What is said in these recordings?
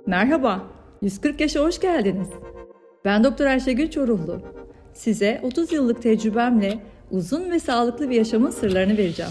Merhaba, 140 yaşa hoş geldiniz. Ben Doktor Ayşegül Çoruhlu. Size 30 yıllık tecrübemle uzun ve sağlıklı bir yaşamın sırlarını vereceğim.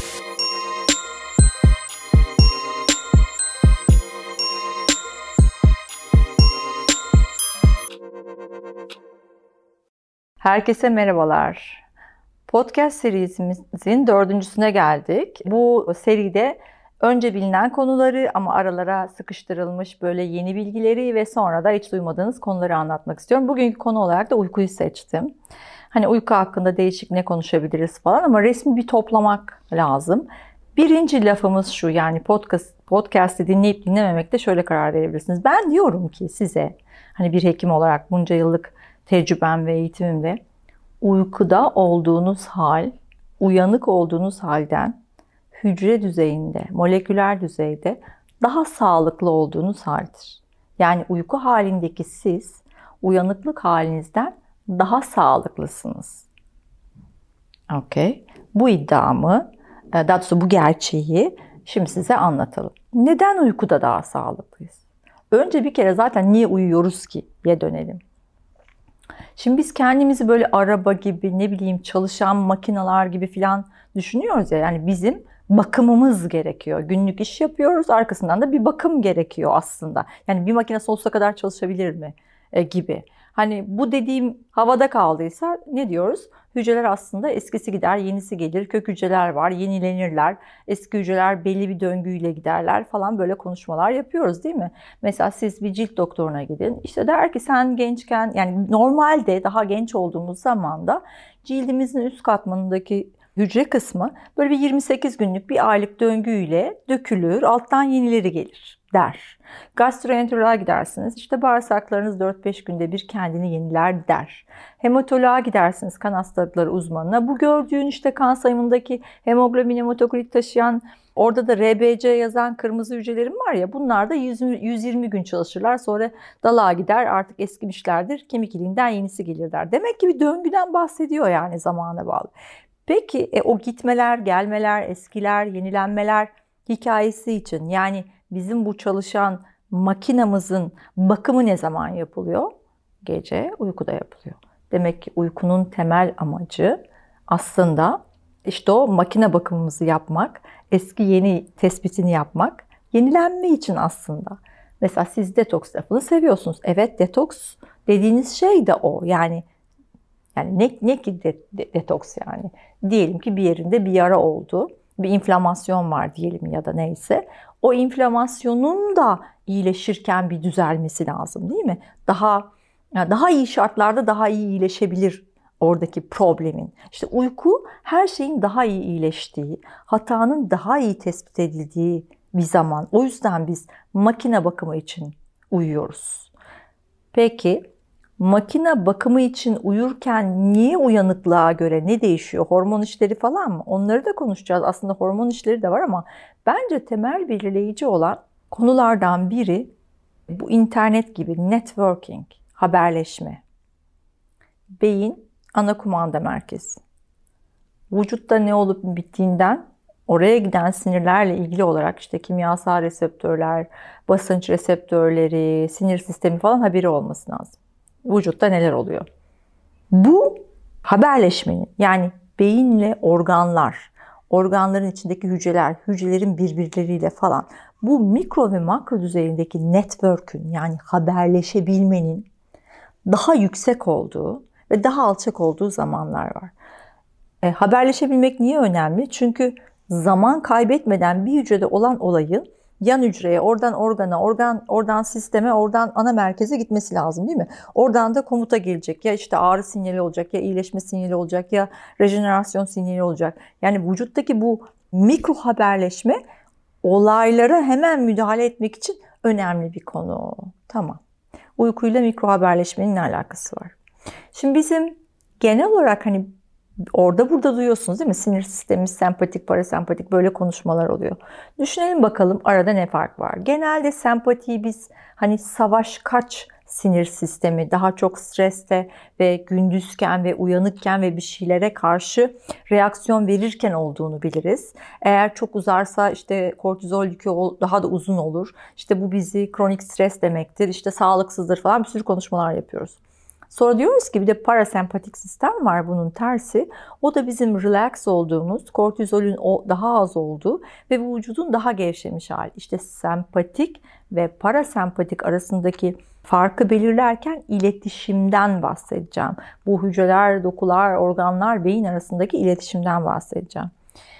Herkese merhabalar. Podcast serimizin 4.'süne geldik. Bu seride önce bilinen konuları ama aralara sıkıştırılmış böyle yeni bilgileri ve sonra da hiç duymadığınız konuları anlatmak istiyorum. Bugünkü konu olarak da uykuyu seçtim. Hani uyku hakkında değişik ne konuşabiliriz falan ama resmi bir toplamak lazım. Birinci lafımız şu, yani podcast'i dinleyip dinlememekte şöyle karar verebilirsiniz. Ben diyorum ki size, hani bir hekim olarak bunca yıllık tecrübem ve eğitimimle, uykuda olduğunuz hal, uyanık olduğunuz halden hücre düzeyinde, moleküler düzeyde daha sağlıklı olduğunuz haldir. Yani uyku halindeki siz, uyanıklık halinizden daha sağlıklısınız. Okay. Bu iddiamı, daha doğrusu bu gerçeği şimdi size anlatalım. Neden uykuda daha sağlıklıyız? Önce bir kere zaten niye uyuyoruz ki'ye dönelim. Şimdi biz kendimizi böyle araba gibi, ne bileyim çalışan makineler gibi falan düşünüyoruz ya. Yani bizim bakımımız gerekiyor. Günlük iş yapıyoruz, arkasından da bir bakım gerekiyor aslında. Yani bir makine sonsuza kadar çalışabilir mi gibi. Hani bu dediğim havada kaldıysa ne diyoruz? Hücreler aslında eskisi gider, yenisi gelir. Kök hücreler var, yenilenirler. Eski hücreler belli bir döngüyle giderler falan, böyle konuşmalar yapıyoruz değil mi? Mesela siz bir cilt doktoruna gidin. İşte der ki sen gençken, yani normalde daha genç olduğumuz zamanda cildimizin üst katmanındaki hücre kısmı böyle bir 28 günlük, bir aylık döngüyle dökülür, alttan yenileri gelir der. Gastroenteroloğa gidersiniz, işte bağırsaklarınız 4-5 günde bir kendini yeniler der. Hematoloğa gidersiniz, kan hastalıkları uzmanına. Bu gördüğün işte kan sayımındaki hemoglobin, hematokrit taşıyan, orada da RBC yazan kırmızı hücrelerim var ya, bunlar da 120 gün çalışırlar. Sonra dalığa gider, artık eskimişlerdir, kemik iliğinden yenisi gelir der. Demek ki bir döngüden bahsediyor, yani zamana bağlı. Peki o gitmeler, gelmeler, eskiler, yenilenmeler hikayesi için, yani bizim bu çalışan makinamızın bakımı ne zaman yapılıyor? Gece uykuda yapılıyor. Demek ki uykunun temel amacı aslında işte o makine bakımımızı yapmak, eski yeni tespitini yapmak, yenilenme için aslında. Mesela siz detoks lafını seviyorsunuz. Evet, detoks dediğiniz şey de o. Yani ne ki detoks yani? Diyelim ki bir yerinde bir yara oldu, bir inflamasyon var diyelim ya da neyse. O inflamasyonun da iyileşirken bir düzelmesi lazım değil mi? Daha iyi şartlarda daha iyi iyileşebilir oradaki problemin. İşte uyku her şeyin daha iyi iyileştiği, hatanın daha iyi tespit edildiği bir zaman. O yüzden biz makine bakımı için uyuyoruz. Peki makine bakımı için uyurken niye uyanıklığa göre ne değişiyor? Hormon işleri falan mı? Onları da konuşacağız. Aslında hormon işleri de var ama bence temel belirleyici olan konulardan biri bu internet gibi networking, haberleşme. Beyin ana kumanda merkezi. Vücutta ne olup bittiğinden oraya giden sinirlerle ilgili olarak işte kimyasal reseptörler, basınç reseptörleri, sinir sistemi falan haberi olması lazım. Vücutta neler oluyor? Bu haberleşmenin, yani beyinle organlar, organların içindeki hücreler, hücrelerin birbirleriyle falan, bu mikro ve makro düzeyindeki network'ün, yani haberleşebilmenin daha yüksek olduğu ve daha alçak olduğu zamanlar var. Haberleşebilmek niye önemli? Çünkü zaman kaybetmeden bir hücrede olan olayın yan hücreye, oradan organa, oradan sisteme, oradan ana merkeze gitmesi lazım değil mi? Oradan da komuta gelecek. Ya işte ağrı sinyali olacak, ya iyileşme sinyali olacak, ya rejenerasyon sinyali olacak. Yani vücuttaki bu mikro haberleşme olaylara hemen müdahale etmek için önemli bir konu. Tamam. Uykuyla mikro haberleşmenin ne alakası var? Şimdi bizim genel olarak hani orada burada duyuyorsunuz değil mi? Sinir sistemi, sempatik, parasempatik, böyle konuşmalar oluyor. Düşünelim bakalım arada ne fark var? Genelde sempatiyi biz hani savaş kaç sinir sistemi, daha çok streste ve gündüzken ve uyanıkken ve bir şeylere karşı reaksiyon verirken olduğunu biliriz. Eğer çok uzarsa işte kortizol yükü daha da uzun olur. İşte bu bizi kronik stres demektir, işte sağlıksızdır falan, bir sürü konuşmalar yapıyoruz. Sonra diyoruz ki bir de parasempatik sistem var, bunun tersi. O da bizim relax olduğumuz, kortizolün daha az olduğu ve vücudun daha gevşemiş hali. İşte sempatik ve parasempatik arasındaki farkı belirlerken iletişimden bahsedeceğim. Bu hücreler, dokular, organlar, beyin arasındaki iletişimden bahsedeceğim.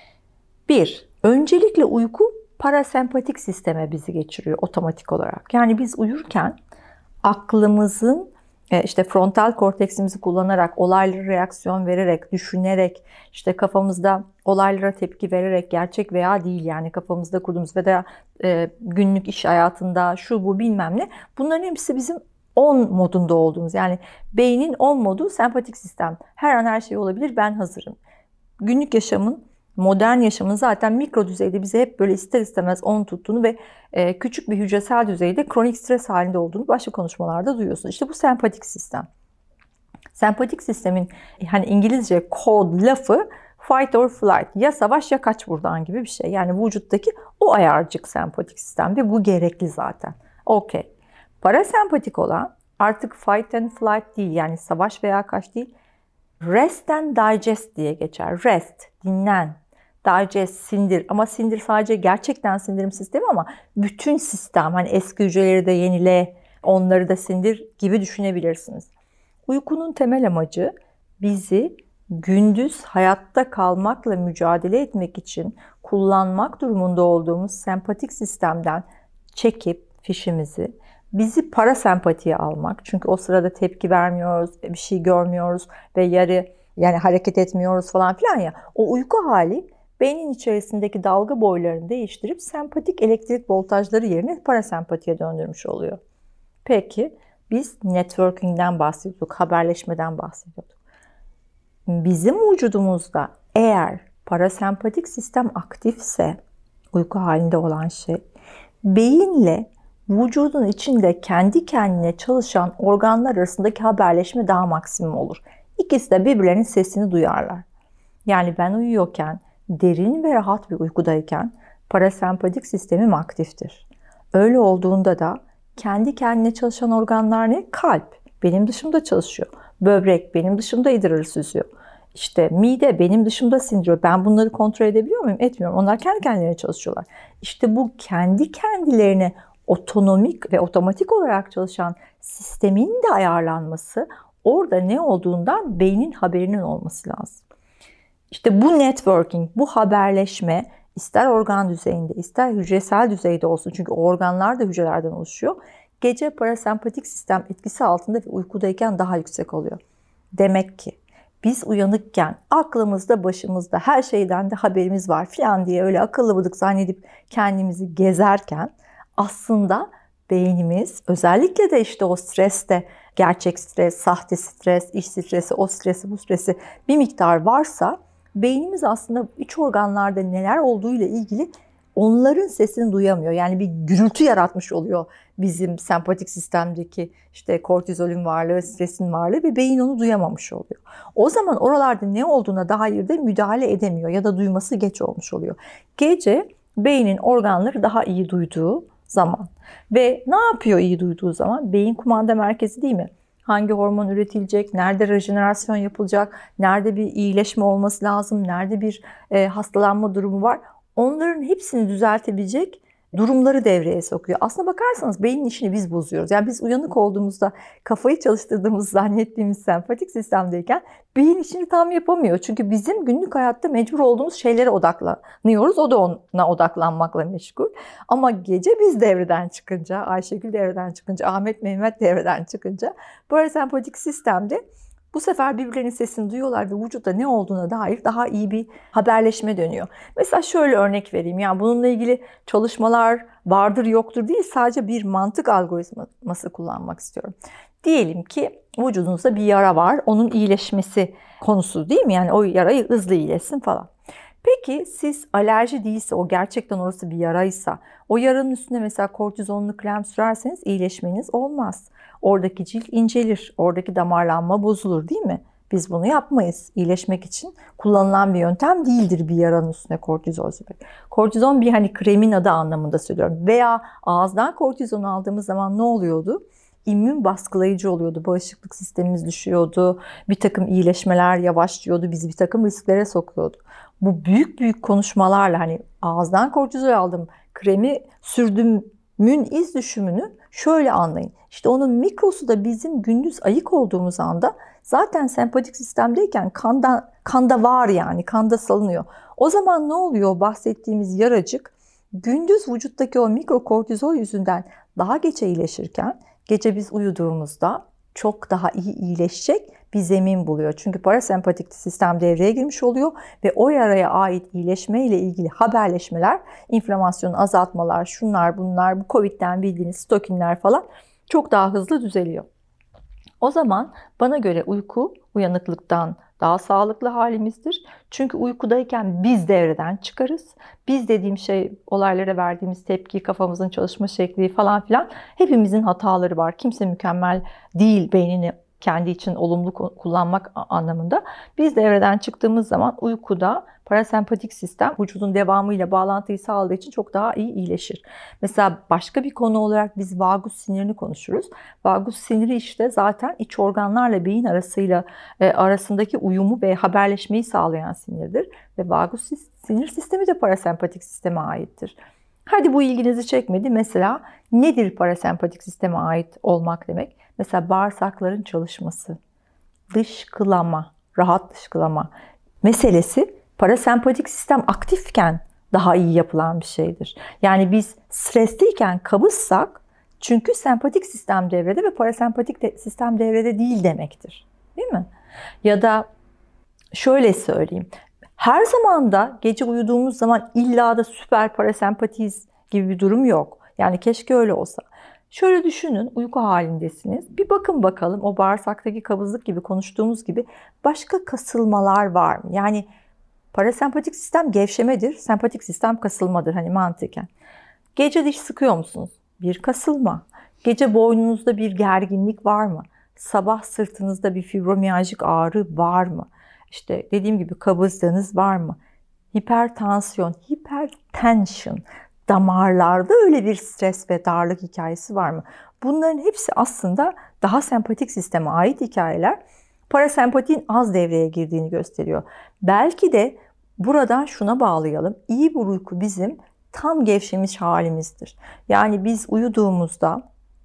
Öncelikle uyku parasempatik sisteme bizi geçiriyor otomatik olarak. Yani biz uyurken aklımızın işte frontal korteksimizi kullanarak, olaylara reaksiyon vererek, düşünerek, işte kafamızda olaylara tepki vererek, gerçek veya değil yani kafamızda kurduğumuz veya günlük iş hayatında şu bu bilmem ne, bunların hepsi bizim on modunda olduğumuz, yani beynin on modu sempatik sistem. Her an her şey olabilir, ben hazırım. Günlük yaşamın, modern yaşamın zaten mikro düzeyde bize hep böyle ister istemez on tuttuğunu ve küçük bir hücresel düzeyde kronik stres halinde olduğunu başka konuşmalarda duyuyorsun. İşte bu sempatik sistem. Sempatik sistemin hani İngilizce kod lafı fight or flight, ya savaş ya kaç buradan gibi bir şey. Yani vücuttaki o ayarcık sempatik sistem ve bu gerekli zaten. Okey. Parasempatik olan artık fight and flight değil, yani savaş veya kaç değil. Rest and digest diye geçer. Rest, dinlen. Digest, sindir. Ama sindir sadece gerçekten sindirim sistemi ama bütün sistem. Hani eski hücreleri de yenile, onları da sindir gibi düşünebilirsiniz. Uykunun temel amacı bizi gündüz hayatta kalmakla mücadele etmek için kullanmak durumunda olduğumuz sempatik sistemden çekip fişimizi, bizi parasempatiye almak. Çünkü o sırada tepki vermiyoruz, bir şey görmüyoruz ve yani hareket etmiyoruz falan filan ya. O uyku hali beynin içerisindeki dalga boylarını değiştirip sempatik elektrik voltajları yerine parasempatiye döndürmüş oluyor. Peki biz networking'den bahsediyorduk, haberleşmeden bahsediyorduk. Bizim vücudumuzda eğer parasempatik sistem aktifse, uyku halinde olan şey, beyinle vücudun içinde kendi kendine çalışan organlar arasındaki haberleşme daha maksimum olur. İkisi de birbirlerinin sesini duyarlar. Yani ben uyuyorken, derin ve rahat bir uykudayken parasempatik sistemim aktiftir. Öyle olduğunda da kendi kendine çalışan organlar ne? Kalp benim dışımda çalışıyor. Böbrek benim dışımda idrarı süzüyor. İşte mide benim dışımda sindiriyor. Ben bunları kontrol edebiliyor muyum? Etmiyorum. Onlar kendi kendilerine çalışıyorlar. İşte bu kendi kendilerine otonomik ve otomatik olarak çalışan sistemin de ayarlanması, orada ne olduğundan beynin haberinin olması lazım. İşte bu networking, bu haberleşme ister organ düzeyinde, ister hücresel düzeyde olsun, çünkü organlar da hücrelerden oluşuyor, gece parasempatik sistem etkisi altında ve uykudayken daha yüksek oluyor. Demek ki biz uyanıkken aklımızda, başımızda, her şeyden de haberimiz var falan diye öyle akıllı bıdık zannedip kendimizi gezerken aslında beynimiz, özellikle de işte o streste, gerçek stres, sahte stres, iş stresi, o stresi, bu stresi bir miktar varsa beynimiz aslında iç organlarda neler olduğuyla ilgili onların sesini duyamıyor. Yani bir gürültü yaratmış oluyor bizim sempatik sistemdeki işte kortizolün varlığı, stresin varlığı ve beyin onu duyamamış oluyor. O zaman oralarda ne olduğuna dair de müdahale edemiyor ya da duyması geç olmuş oluyor. Gece beynin organları daha iyi duyduğu zaman ve ne yapıyor iyi duyduğu zaman? Beyin kumanda merkezi değil mi? Hangi hormon üretilecek, nerede rejenerasyon yapılacak, nerede bir iyileşme olması lazım, nerede bir hastalanma durumu var. Onların hepsini düzeltebilecek durumları devreye sokuyor. Aslına bakarsanız beynin işini biz bozuyoruz. Yani biz uyanık olduğumuzda kafayı çalıştırdığımız zannettiğimiz sempatik sistemdeyken beyin işini tam yapamıyor. Çünkü bizim günlük hayatta mecbur olduğumuz şeylere odaklanıyoruz. O da ona odaklanmakla meşgul. Ama gece biz devreden çıkınca, Ayşegül devreden çıkınca, Ahmet Mehmet devreden çıkınca parasempatik sistemde bu sefer birbirlerinin sesini duyuyorlar ve vücutta ne olduğuna dair daha iyi bir haberleşme dönüyor. Mesela şöyle örnek vereyim. Yani bununla ilgili çalışmalar vardır yoktur değil, sadece bir mantık algoritması kullanmak istiyorum. Diyelim ki vücudunuzda bir yara var, onun iyileşmesi konusu değil mi? Yani o yarayı hızlı iyileşsin falan. Peki siz alerji değilse, o gerçekten orası bir yaraysa, o yaranın üstüne mesela kortizonlu krem sürerseniz iyileşmeniz olmaz. Oradaki cilt incelir, oradaki damarlanma bozulur, değil mi? Biz bunu yapmayız. İyileşmek için kullanılan bir yöntem değildir bir yaranın üstüne kortizon sürmek. Kortizon bir hani kremin adı anlamında söylüyorum. Veya ağızdan kortizon aldığımız zaman ne oluyordu? İmmün baskılayıcı oluyordu. Bağışıklık sistemimiz düşüyordu. Bir takım iyileşmeler yavaşlıyordu. Bizi bir takım risklere sokuyordu. Bu büyük büyük konuşmalarla hani ağızdan kortizol aldım, kremi sürdümün iz düşümünü şöyle anlayın. İşte onun mikrosu da bizim gündüz ayık olduğumuz anda zaten sempatik sistemdeyken kanda var, yani kanda salınıyor. O zaman ne oluyor? Bahsettiğimiz yaracık gündüz vücuttaki o mikrokortizol yüzünden daha geç iyileşirken gece biz uyuduğumuzda çok daha iyi iyileşecek bir zemin buluyor. Çünkü parasempatik sistem devreye girmiş oluyor ve o yaraya ait iyileşme ile ilgili haberleşmeler, inflamasyonu azaltmalar, şunlar bunlar, bu Covid'den bildiğiniz stokinler falan çok daha hızlı düzeliyor. O zaman bana göre uyku uyanıklıktan daha sağlıklı halimizdir. Çünkü uykudayken biz devreden çıkarız. Biz dediğim şey olaylara verdiğimiz tepki, kafamızın çalışma şekli falan filan, hepimizin hataları var. Kimse mükemmel değil beynini kendi için olumlu kullanmak anlamında. Biz devreden çıktığımız zaman uykuda parasempatik sistem vücudun devamıyla bağlantıyı sağladığı için çok daha iyi iyileşir. Mesela başka bir konu olarak biz vagus sinirini konuşuruz. Vagus siniri işte zaten iç organlarla beyin arasındaki uyumu ve haberleşmeyi sağlayan sinirdir. Ve vagus sinir sistemi de parasempatik sisteme aittir. Hadi bu ilginizi çekmedi. Mesela nedir parasempatik sisteme ait olmak demek? Mesela bağırsakların çalışması, dışkılama, rahat dışkılama meselesi parasempatik sistem aktifken daha iyi yapılan bir şeydir. Yani biz stresliyken kabızsak, çünkü sempatik sistem devrede ve parasempatik sistem devrede değil demektir. Değil mi? Ya da şöyle söyleyeyim. Her zaman da gece uyuduğumuz zaman illa da süper parasempatiyiz gibi bir durum yok. Yani keşke öyle olsa. Şöyle düşünün, uyku halindesiniz. Bir bakın bakalım, o bağırsaktaki kabızlık gibi konuştuğumuz gibi başka kasılmalar var mı? Yani parasempatik sistem gevşemedir, sempatik sistem kasılmadır hani mantıken. Gece diş sıkıyor musunuz? Bir kasılma. Gece boynunuzda bir gerginlik var mı? Sabah sırtınızda bir fibromiyajik ağrı var mı? İşte dediğim gibi kabızlığınız var mı? Hipertansiyon, hipertension, damarlarda öyle bir stres ve darlık hikayesi var mı? Bunların hepsi aslında daha sempatik sisteme ait hikayeler. Parasempatiğin az devreye girdiğini gösteriyor. Belki de buradan şuna bağlayalım. İyi bir uyku bizim tam gevşemiş halimizdir. Yani biz uyuduğumuzda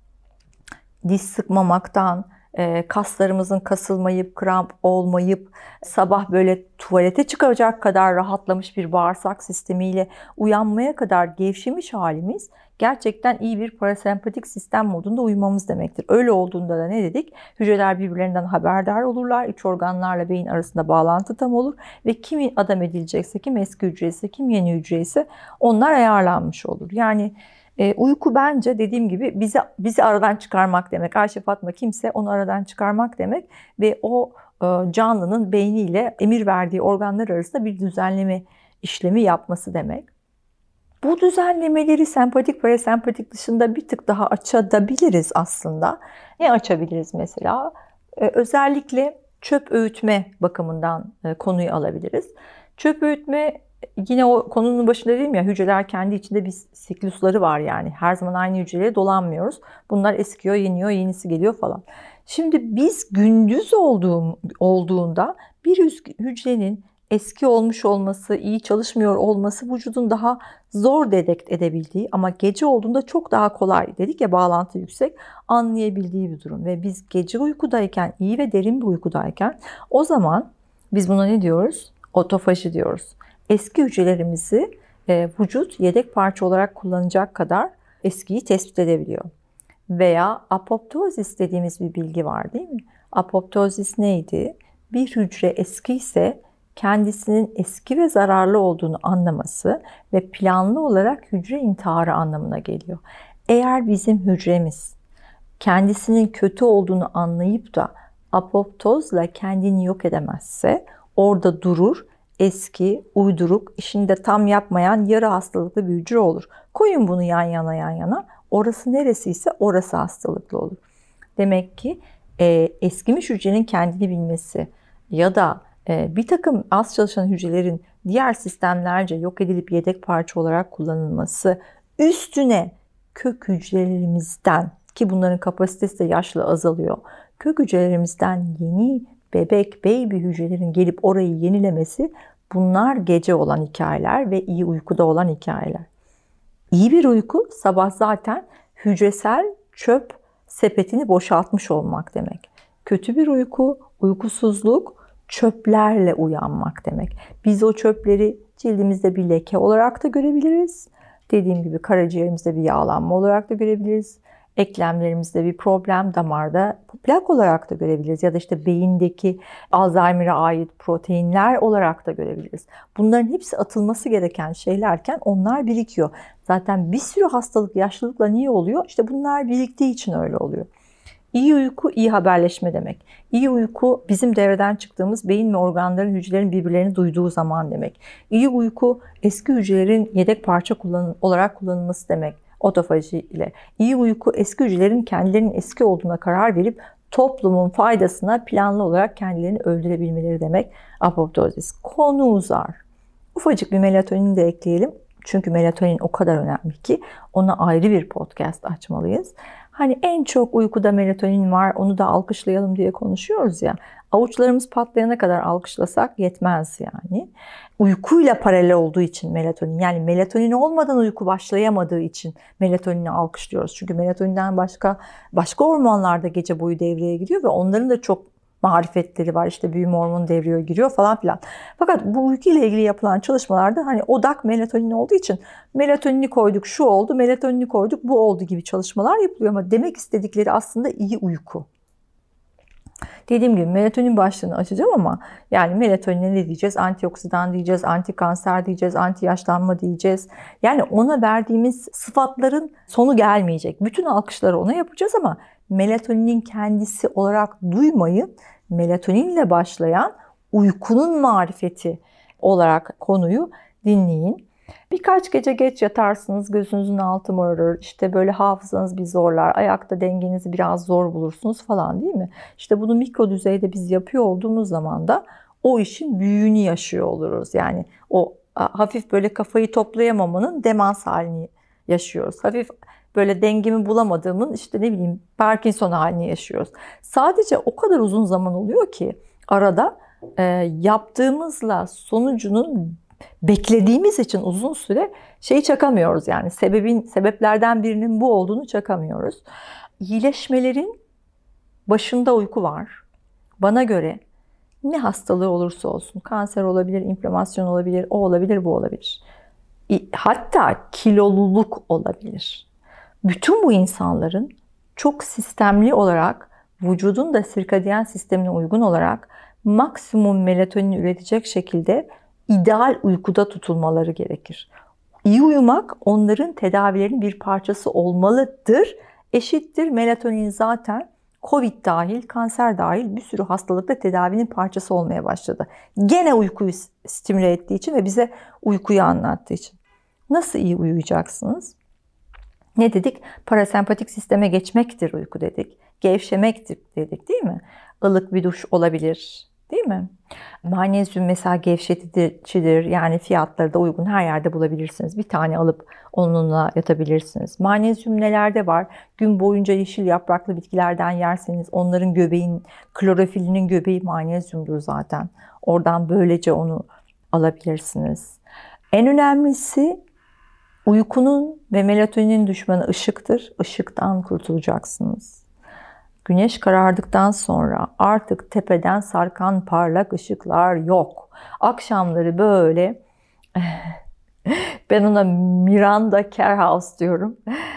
diş sıkmamaktan, kaslarımızın kasılmayıp, kramp olmayıp, sabah böyle tuvalete çıkacak kadar rahatlamış bir bağırsak sistemiyle uyanmaya kadar gevşemiş halimiz gerçekten iyi bir parasempatik sistem modunda uyumamız demektir. Öyle olduğunda da ne dedik? Hücreler birbirlerinden haberdar olurlar. İç organlarla beyin arasında bağlantı tam olur ve kim adam edilecekse, kim eski hücreyse, kim yeni hücreyse onlar ayarlanmış olur. Yani uyku bence dediğim gibi bizi aradan çıkarmak demek. Ayşe Fatma kimse, onu aradan çıkarmak demek ve o canlının beyniyle emir verdiği organlar arasında bir düzenleme işlemi yapması demek. Bu düzenlemeleri sempatik parasempatik dışında bir tık daha açabiliriz aslında. Ne açabiliriz mesela? Özellikle çöp öğütme bakımından konuyu alabiliriz. Çöp öğütme, yine o konunun başında dedim ya, hücreler kendi içinde bir siklusları var yani. Her zaman aynı hücreye dolanmıyoruz. Bunlar eskiyor, yeniyor, yenisi geliyor falan. Şimdi biz gündüz olduğunda bir hücrenin eski olmuş olması, iyi çalışmıyor olması vücudun daha zor dedekt edebildiği ama gece olduğunda çok daha kolay, dedik ya bağlantı yüksek, anlayabildiği bir durum. Ve biz gece uykudayken, iyi ve derin bir uykudayken, o zaman biz buna ne diyoruz? Otofaji diyoruz. Eski hücrelerimizi vücut yedek parça olarak kullanacak kadar eskiyi tespit edebiliyor. Veya apoptozis dediğimiz bir bilgi var, değil mi? Apoptozis neydi? Bir hücre eski ise kendisinin eski ve zararlı olduğunu anlaması ve planlı olarak hücre intiharı anlamına geliyor. Eğer bizim hücremiz kendisinin kötü olduğunu anlayıp da apoptozla kendini yok edemezse, orada durur, eski, uyduruk, işini de tam yapmayan yarı hastalıklı bir hücre olur. Koyun bunu yan yana. Orası neresiyse orası hastalıklı olur. Demek ki eskimiş hücrenin kendini bilmesi ya da bir takım az çalışan hücrelerin diğer sistemlerce yok edilip yedek parça olarak kullanılması, üstüne kök hücrelerimizden, ki bunların kapasitesi de yaşla azalıyor, kök hücrelerimizden yeni bebek, baby hücrelerin gelip orayı yenilemesi, bunlar gece olan hikayeler ve iyi uykuda olan hikayeler. İyi bir uyku sabah zaten hücresel çöp sepetini boşaltmış olmak demek. Kötü bir uyku, uykusuzluk, çöplerle uyanmak demek. Biz o çöpleri cildimizde bir leke olarak da görebiliriz. Dediğim gibi karaciğerimizde bir yağlanma olarak da görebiliriz. Eklemlerimizde bir problem, damarda plak olarak da görebiliriz. Ya da işte beyindeki Alzheimer'a ait proteinler olarak da görebiliriz. Bunların hepsi atılması gereken şeylerken onlar birikiyor. Zaten bir sürü hastalık yaşlılıkla niye oluyor? İşte bunlar biriktiği için öyle oluyor. İyi uyku, iyi haberleşme demek. İyi uyku bizim devreden çıktığımız beyin ve organların, hücrelerin birbirlerini duyduğu zaman demek. İyi uyku eski hücrelerin yedek parça olarak kullanılması demek. Otofaji ile. İyi uyku eski hücrelerin kendilerinin eski olduğuna karar verip toplumun faydasına planlı olarak kendilerini öldürebilmeleri demek. Apoptozis. Konu uzar. Ufacık bir melatonin de ekleyelim. Çünkü melatonin o kadar önemli ki ona ayrı bir podcast açmalıyız. Hani en çok uykuda melatonin var, onu da alkışlayalım diye konuşuyoruz ya. Avuçlarımız patlayana kadar alkışlasak yetmez yani. Uykuyla paralel olduğu için melatonin, yani melatonin olmadan uyku başlayamadığı için melatonini alkışlıyoruz. Çünkü melatoninden başka hormonlar da gece boyu devreye giriyor ve onların da çok marifetleri var. İşte büyüme hormonu devreye giriyor falan filan. Fakat bu uyku ile ilgili yapılan çalışmalarda hani odak melatonin olduğu için melatonini koyduk şu oldu, melatonini koyduk bu oldu gibi çalışmalar yapılıyor ama demek istedikleri aslında iyi uyku. Dediğim gibi melatonin başlığını açacağım ama yani melatonine ne diyeceğiz? Antioksidan diyeceğiz, antikanser diyeceğiz, anti yaşlanma diyeceğiz. Yani ona verdiğimiz sıfatların sonu gelmeyecek. Bütün alkışları ona yapacağız ama melatoninin kendisi olarak duymayın. Melatoninle başlayan uykunun marifeti olarak konuyu dinleyin. Birkaç gece geç yatarsınız, gözünüzün altı morarır, işte böyle hafızanız bir zorlar, ayakta dengenizi biraz zor bulursunuz falan değil mi? İşte bunu mikro düzeyde biz yapıyor olduğumuz zaman da o işin büyüğünü yaşıyor oluruz. Yani o hafif böyle kafayı toplayamamanın demans halini yaşıyoruz. Hafif böyle dengemi bulamadığımın işte ne bileyim Parkinson halini yaşıyoruz. Sadece o kadar uzun zaman oluyor ki arada yaptığımızla sonucunun beklediğimiz için uzun süre şeyi çakamıyoruz yani sebeplerden birinin bu olduğunu çakamıyoruz. İyileşmelerin başında uyku var. Bana göre ne hastalığı olursa olsun, kanser olabilir, inflamasyon olabilir, o olabilir, bu olabilir. Hatta kiloluluk olabilir. Bütün bu insanların çok sistemli olarak vücudun da sirkadiyen sistemine uygun olarak maksimum melatonin üretecek şekilde ideal uykuda tutulmaları gerekir. İyi uyumak onların tedavilerinin bir parçası olmalıdır. Eşittir melatonin zaten Covid dahil, kanser dahil bir sürü hastalıkta tedavinin parçası olmaya başladı. Gene uykuyu stimüle ettiği için ve bize uykuyu anlattığı için. Nasıl iyi uyuyacaksınız? Ne dedik? Parasempatik sisteme geçmektir uyku dedik. Gevşemektir dedik değil mi? Ilık bir duş olabilir değil mi? Magnezyum mesela gevşeticidir. Yani fiyatları da uygun, her yerde bulabilirsiniz. Bir tane alıp onunla yatabilirsiniz. Magnezyum nelerde var? Gün boyunca yeşil yapraklı bitkilerden yerseniz onların klorofilinin göbeği magnezyumdur zaten. Oradan böylece onu alabilirsiniz. En önemlisi uykunun ve melatoninin düşmanı ışıktır. Işıktan kurtulacaksınız. Güneş karardıktan sonra artık tepeden sarkan parlak ışıklar yok. Akşamları böyle ben ona Miranda Kerhouse diyorum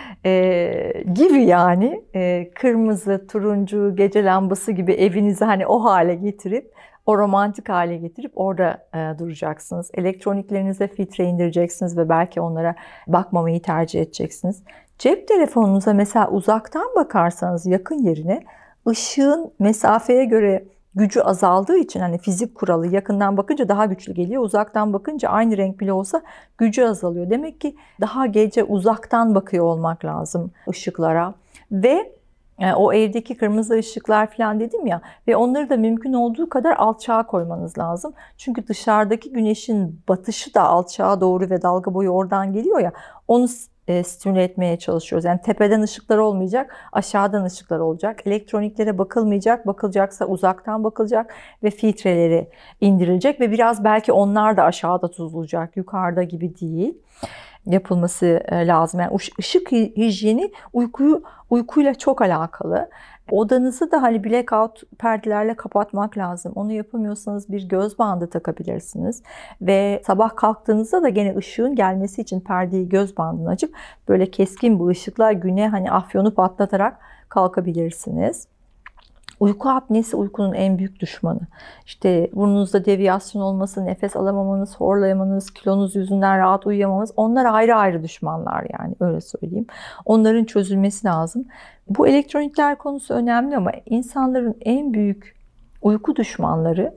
gibi yani kırmızı, turuncu, gece lambası gibi evinizi hani o hale getirip o romantik hale getirip orada duracaksınız. Elektroniklerinize filtre indireceksiniz ve belki onlara bakmamayı tercih edeceksiniz. Cep telefonunuza mesela uzaktan bakarsanız yakın yerine ışığın mesafeye göre gücü azaldığı için hani fizik kuralı yakından bakınca daha güçlü geliyor. Uzaktan bakınca aynı renk bile olsa gücü azalıyor. Demek ki daha gece uzaktan bakıyor olmak lazım ışıklara. Ve o evdeki kırmızı ışıklar falan dedim ya, ve onları da mümkün olduğu kadar alçağa koymanız lazım. Çünkü dışarıdaki güneşin batışı da alçağa doğru ve dalga boyu oradan geliyor ya, onu stimüle etmeye çalışıyoruz. Yani tepeden ışıklar olmayacak, aşağıdan ışıklar olacak. Elektroniklere bakılmayacak, bakılacaksa uzaktan bakılacak ve filtreleri indirilecek ve biraz belki onlar da aşağıda tutulacak, yukarıda gibi değil. Yapılması lazım. Yani ışık hijyeni uykuyla çok alakalı. Odanızı da hani blackout perdelerle kapatmak lazım. Onu yapamıyorsanız bir göz bandı takabilirsiniz. Ve sabah kalktığınızda da gene ışığın gelmesi için perdeyi, göz bandını açıp böyle keskin bu ışıklar güne hani afyonu patlatarak kalkabilirsiniz. Uyku apnesi uykunun en büyük düşmanı. İşte burnunuzda deviyasyon olması, nefes alamamanız, horlayamanız, kilonuz yüzünden rahat uyuyamamanız, onlar ayrı ayrı düşmanlar, yani öyle söyleyeyim. Onların çözülmesi lazım. Bu elektronikler konusu önemli ama insanların en büyük uyku düşmanları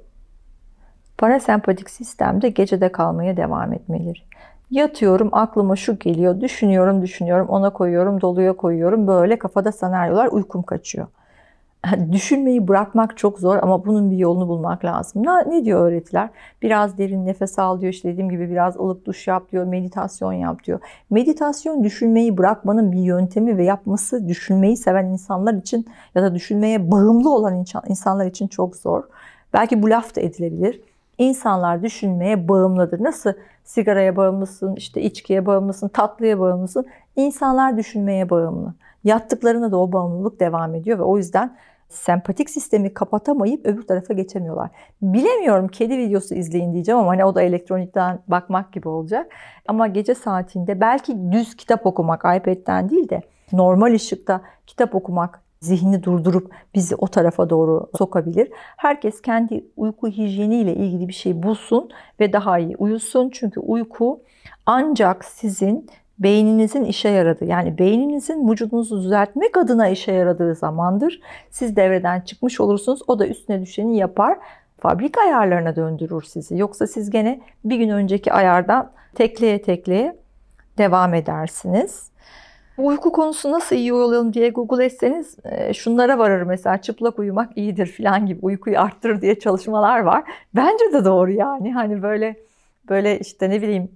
parasempatik sistemde gecede kalmaya devam etmeleri. Yatıyorum, aklıma şu geliyor, düşünüyorum, ona koyuyorum, doluya koyuyorum, böyle kafada senaryolar, uykum kaçıyor. Düşünmeyi bırakmak çok zor ama bunun bir yolunu bulmak lazım. Ne diyor öğretiler? Biraz derin nefes al diyor, işte dediğim gibi biraz ılık duş yap diyor, meditasyon yap diyor. Meditasyon düşünmeyi bırakmanın bir yöntemi ve yapması düşünmeyi seven insanlar için ya da düşünmeye bağımlı olan insanlar için çok zor. Belki bu laf da edilebilir. İnsanlar düşünmeye bağımlıdır. Nasıl sigaraya bağımlısın, işte içkiye bağımlısın, tatlıya bağımlısın. İnsanlar düşünmeye bağımlı. Yattıklarında da o bağımlılık devam ediyor ve o yüzden sempatik sistemi kapatamayıp öbür tarafa geçemiyorlar. Bilemiyorum, kedi videosu izleyin diyeceğim ama hani o da elektronikten bakmak gibi olacak. Ama gece saatinde belki düz kitap okumak, iPad'den değil de normal ışıkta kitap okumak zihni durdurup bizi o tarafa doğru sokabilir. Herkes kendi uyku hijyeniyle ilgili bir şey bulsun ve daha iyi uyusun. Çünkü uyku ancak sizin beyninizin işe yaradığı, yani beyninizin vücudunuzu düzeltmek adına işe yaradığı zamandır. Siz devreden çıkmış olursunuz. O da üstüne düşeni yapar. Fabrika ayarlarına döndürür sizi. Yoksa siz gene bir gün önceki ayardan tekleye tekleye devam edersiniz. Bu uyku konusu nasıl iyi olalım diye Google etseniz şunlara varır, mesela çıplak uyumak iyidir falan gibi, uykuyu arttırır diye çalışmalar var. Bence de doğru yani. Hani böyle işte ne bileyim,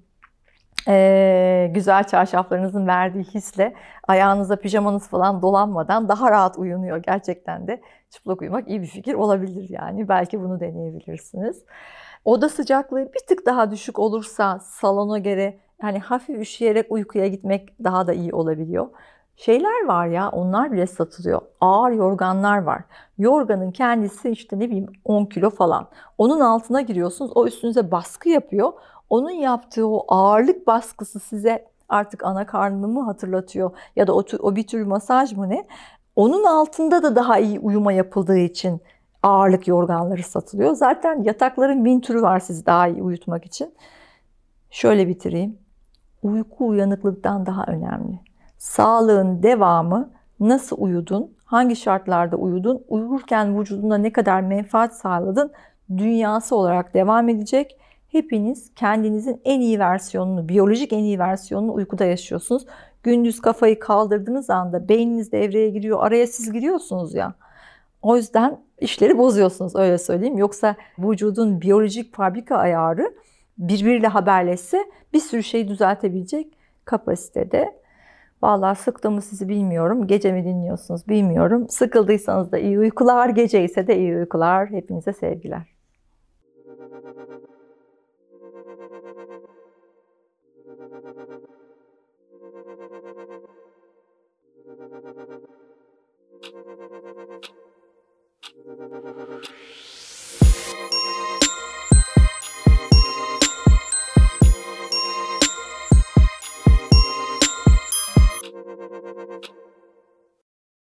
güzel çarşaflarınızın verdiği hisle ayağınıza pijamanız falan dolanmadan daha rahat uyunuyor. Gerçekten de çıplak uyumak iyi bir fikir olabilir yani. Belki bunu deneyebilirsiniz. Oda sıcaklığı bir tık daha düşük olursa salona göre hani hafif üşüyerek uykuya gitmek daha da iyi olabiliyor. Şeyler var ya, onlar bile satılıyor. Ağır yorganlar var. Yorganın kendisi işte ne bileyim 10 kilo falan. Onun altına giriyorsunuz. O üstünüze baskı yapıyor. Onun yaptığı o ağırlık baskısı size artık ana karnını mı hatırlatıyor ya da o bir tür masaj mı ne? Onun altında da daha iyi uyuma yapıldığı için ağırlık yorganları satılıyor. Zaten yatakların bin türü var sizi daha iyi uyutmak için. Şöyle bitireyim. Uyku uyanıklıktan daha önemli. Sağlığın devamı, nasıl uyudun, hangi şartlarda uyudun, uyurken vücudunda ne kadar menfaat sağladın, dünyası olarak devam edecek. Hepiniz kendinizin en iyi versiyonunu, biyolojik en iyi versiyonunu uykuda yaşıyorsunuz. Gündüz kafayı kaldırdığınız anda beyniniz devreye giriyor, araya siz giriyorsunuz ya. O yüzden işleri bozuyorsunuz, öyle söyleyeyim. Yoksa vücudun biyolojik fabrika ayarı birbiriyle haberleşse bir sürü şeyi düzeltebilecek kapasitede. Vallahi sıktı mı sizi bilmiyorum. Gece mi dinliyorsunuz bilmiyorum. Sıkıldıysanız da iyi uykular, gece ise de iyi uykular. Hepinize sevgiler.